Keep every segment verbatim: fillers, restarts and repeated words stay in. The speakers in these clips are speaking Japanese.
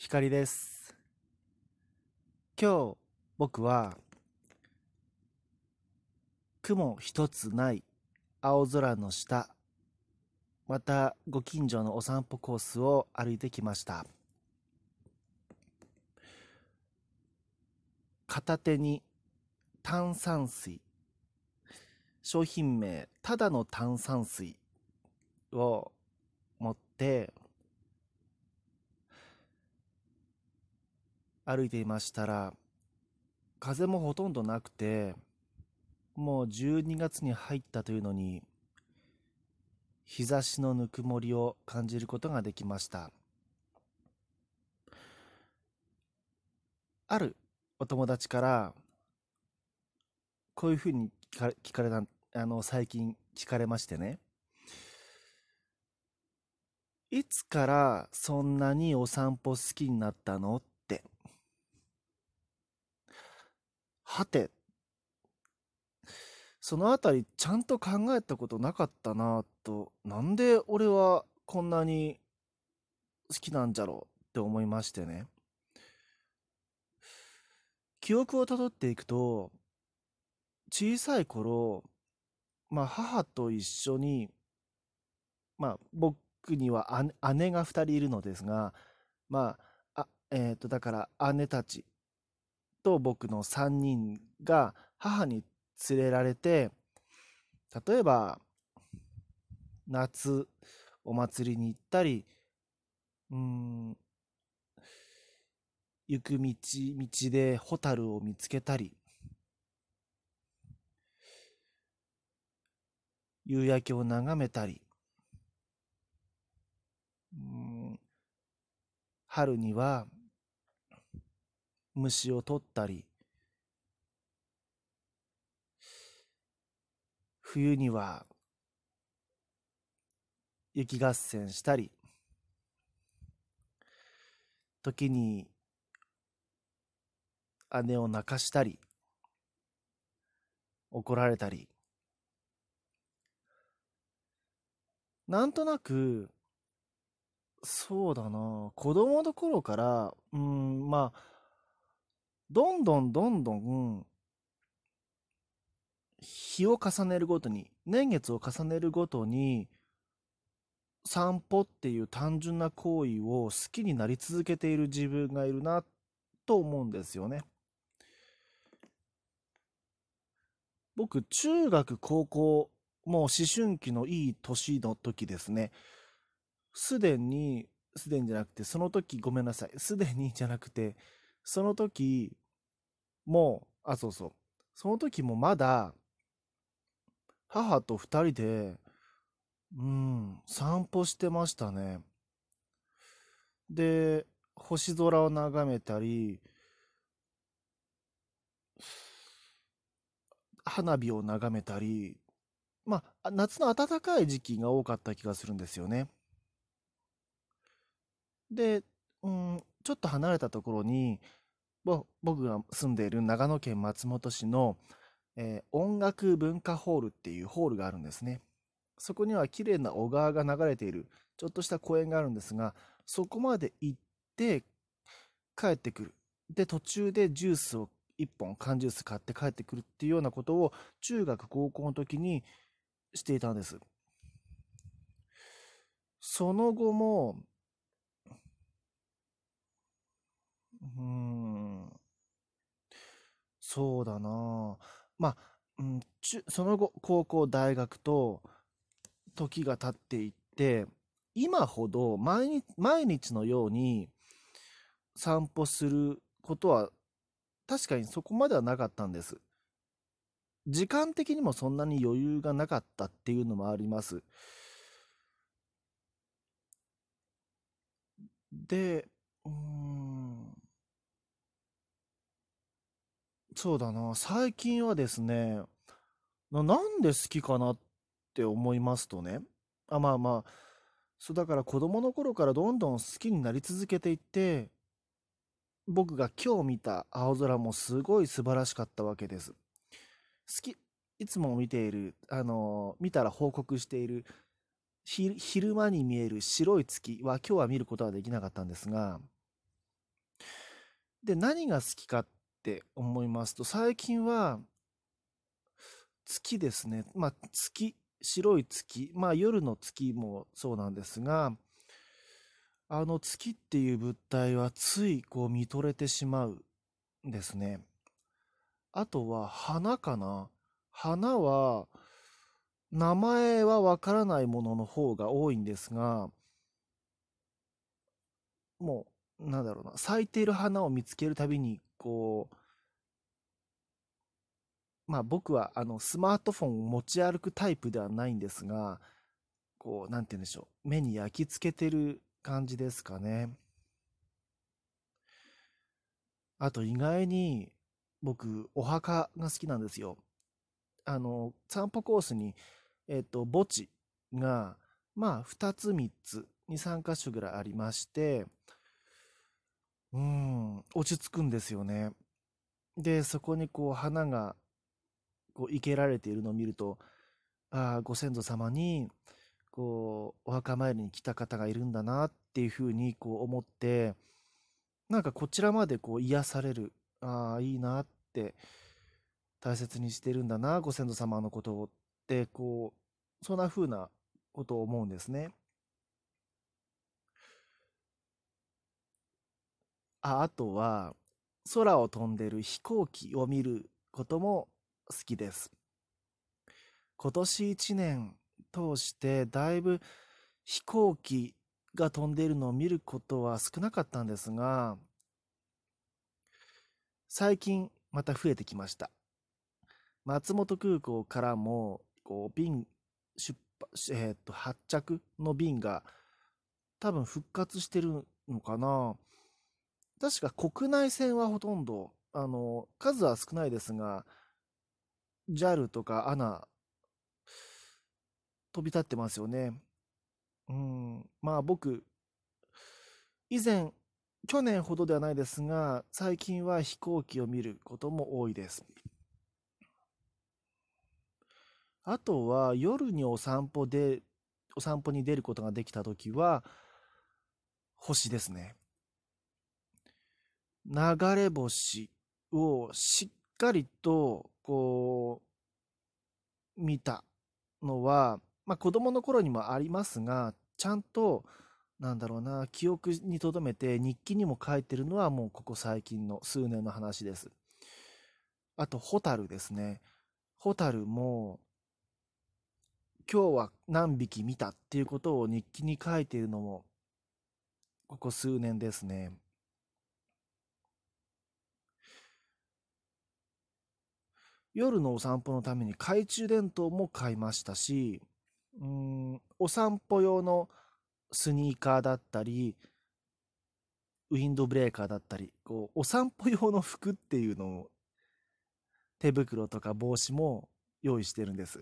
光です。今日僕は雲一つない青空の下、またご近所のお散歩コースを歩いてきました。片手に炭酸水、商品名ただの炭酸水を持って歩いていましたら、風もほとんどなくて、もうじゅうにがつに入ったというのに日差しのぬくもりを感じることができました。あるお友達からこういうふうに聞かれ聞かれた、あの、最近聞かれましてね。いつからそんなにお散歩好きになったのって。はて、そのあたりちゃんと考えたことなかったなと、なんで俺はこんなに好きなんじゃろうって思いましてね。記憶をたどっていくと、小さい頃、まあ母と一緒に、まあ僕には姉姉がふたりいるのですが、まあ、あ、えっと、だから姉たちと僕のさんにんが母に連れられて、例えば夏お祭りに行ったり、うーん、行く道、道でホタルを見つけたり、夕焼けを眺めたり、うーん、春には虫を取ったり、冬には雪合戦したり、時に姉を泣かしたり、怒られたり、なんとなく、そうだな、子供の頃から、うーん、まあ、どんどんどんどん日を重ねるごとに、年月を重ねるごとに、散歩っていう単純な行為を好きになり続けている自分がいるなと思うんですよね。僕、中学、高校、もう思春期のいい年の時ですね。すでに、すでにじゃなくて、その時、ごめんなさい。すでにじゃなくて、その時もう、あ、そうそう。その時もまだ、母と二人で、うん、散歩してましたね。で、星空を眺めたり、花火を眺めたり、まあ、夏の暖かい時期が多かった気がするんですよね。で、うん、ちょっと離れたところに、ぼ僕が住んでいる長野県松本市の、えー音楽文化ホールっていうホールがあるんですね。そこには綺麗な小川が流れている、ちょっとした公園があるんですが、そこまで行って帰ってくる。で、途中でジュースをいっぽん、缶ジュース買って帰ってくるっていうようなことを中学、高校の時にしていたんです。その後も、うーん、そうだな。まあ、うん、中その後、高校、大学と時が経っていって、今ほど毎日、毎日のように散歩することは確かにそこまではなかったんです。時間的にもそんなに余裕がなかったっていうのもあります。で、うーん、そうだな。最近はですね、な、なんで好きかなって思いますとね。あ、まあまあ、そうだから子供の頃からどんどん好きになり続けていって、僕が今日見た青空もすごい素晴らしかったわけです。好き、いつも見ている、あの見たら報告しているひ昼間に見える白い月は今日は見ることはできなかったんですが、 で、何が好きかって思いますと、最近は月ですね。まあ、月、白い月、まあ、夜の月もそうなんですが、あの月っていう物体はついこう見とれてしまうんですね。あとは花かな。花は、名前はわからないものの方が多いんですが、もう、なんだろうな、咲いている花を見つけるたびに、こう、まあ僕はあのスマートフォンを持ち歩くタイプではないんですが、こう、なんて言うんでしょう、目に焼き付けてる感じですかね。あと意外に僕、お墓が好きなんですよ。あの、散歩コースに、えっと、墓地が、まあ、ふたつみっつ、に、さん箇所ぐらいありまして、うーん、落ち着くんですよね。で、そこにこう、花が、こう、生けられているのを見ると、ああ、ご先祖様に、こう、お墓参りに来た方がいるんだなっていうふうに、こう、思って、なんかこちらまでこう、癒される。ああ、いいなって、大切にしてるんだな、ご先祖様のことをって、こう、そんな風なことを思うんですね。あ、あとは、空を飛んでる飛行機を見ることも好きです。今年いちねん通してだいぶ飛行機が飛んでいるのを見ることは少なかったんですが、最近また増えてきました。松本空港からも、こう、便、出発、えーっと、発着の便が多分復活してるのかな。確か国内線はほとんど、あの、数は少ないですが、ジャル とか エーエヌエー 飛び立ってますよね。うん。まあ僕、以前、去年ほどではないですが、最近は飛行機を見ることも多いです。あとは夜にお散歩で、お散歩に出ることができたときは、星ですね。流れ星をしっかりと、こう、見たのは、まあ子供の頃にもありますが、ちゃんと、なんだろうな、記憶に留めて日記にも書いてるのはもうここ最近の数年の話です。あと、ホタルですね。ホタルも、今日は何匹見たっていうことを日記に書いているのも、ここ数年ですね。夜のお散歩のために懐中電灯も買いましたし、うーん、お散歩用のスニーカーだったり、ウィンドブレーカーだったり、こう、お散歩用の服っていうのを、手袋とか帽子も用意してるんです。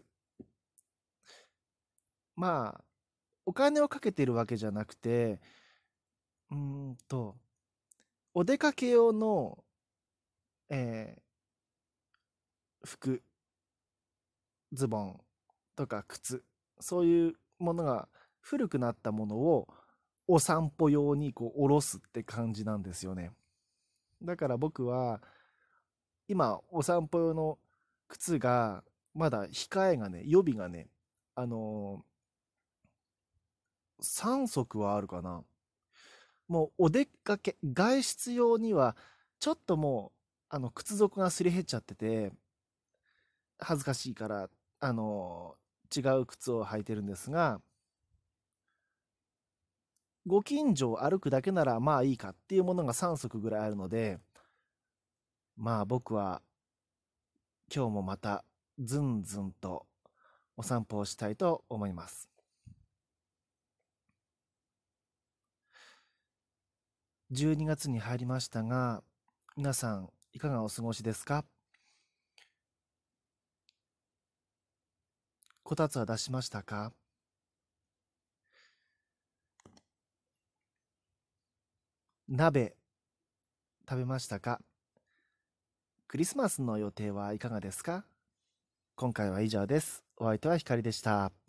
まあ、お金をかけてるわけじゃなくて、うーんと、お出かけ用の、えー服、ズボンとか靴、そういうものが古くなったものをお散歩用にこう下ろすって感じなんですよね。だから僕は今お散歩用の靴がまだ控えがね、予備がね、あのー、さん足はあるかな。もうお出かけ、外出用にはちょっともうあの靴底がすり減っちゃってて恥ずかしいから、あのー違う靴を履いてるんですが、ご近所を歩くだけならまあいいかっていうものがさん足ぐらいあるので、まあ僕は今日もまたずんずんとお散歩をしたいと思います。じゅうにがつに入りましたが、皆さんいかがお過ごしですか？こたつは出しましたか？鍋食べましたか？クリスマスの予定はいかがですか？今回は以上です。お相手はひかりでした。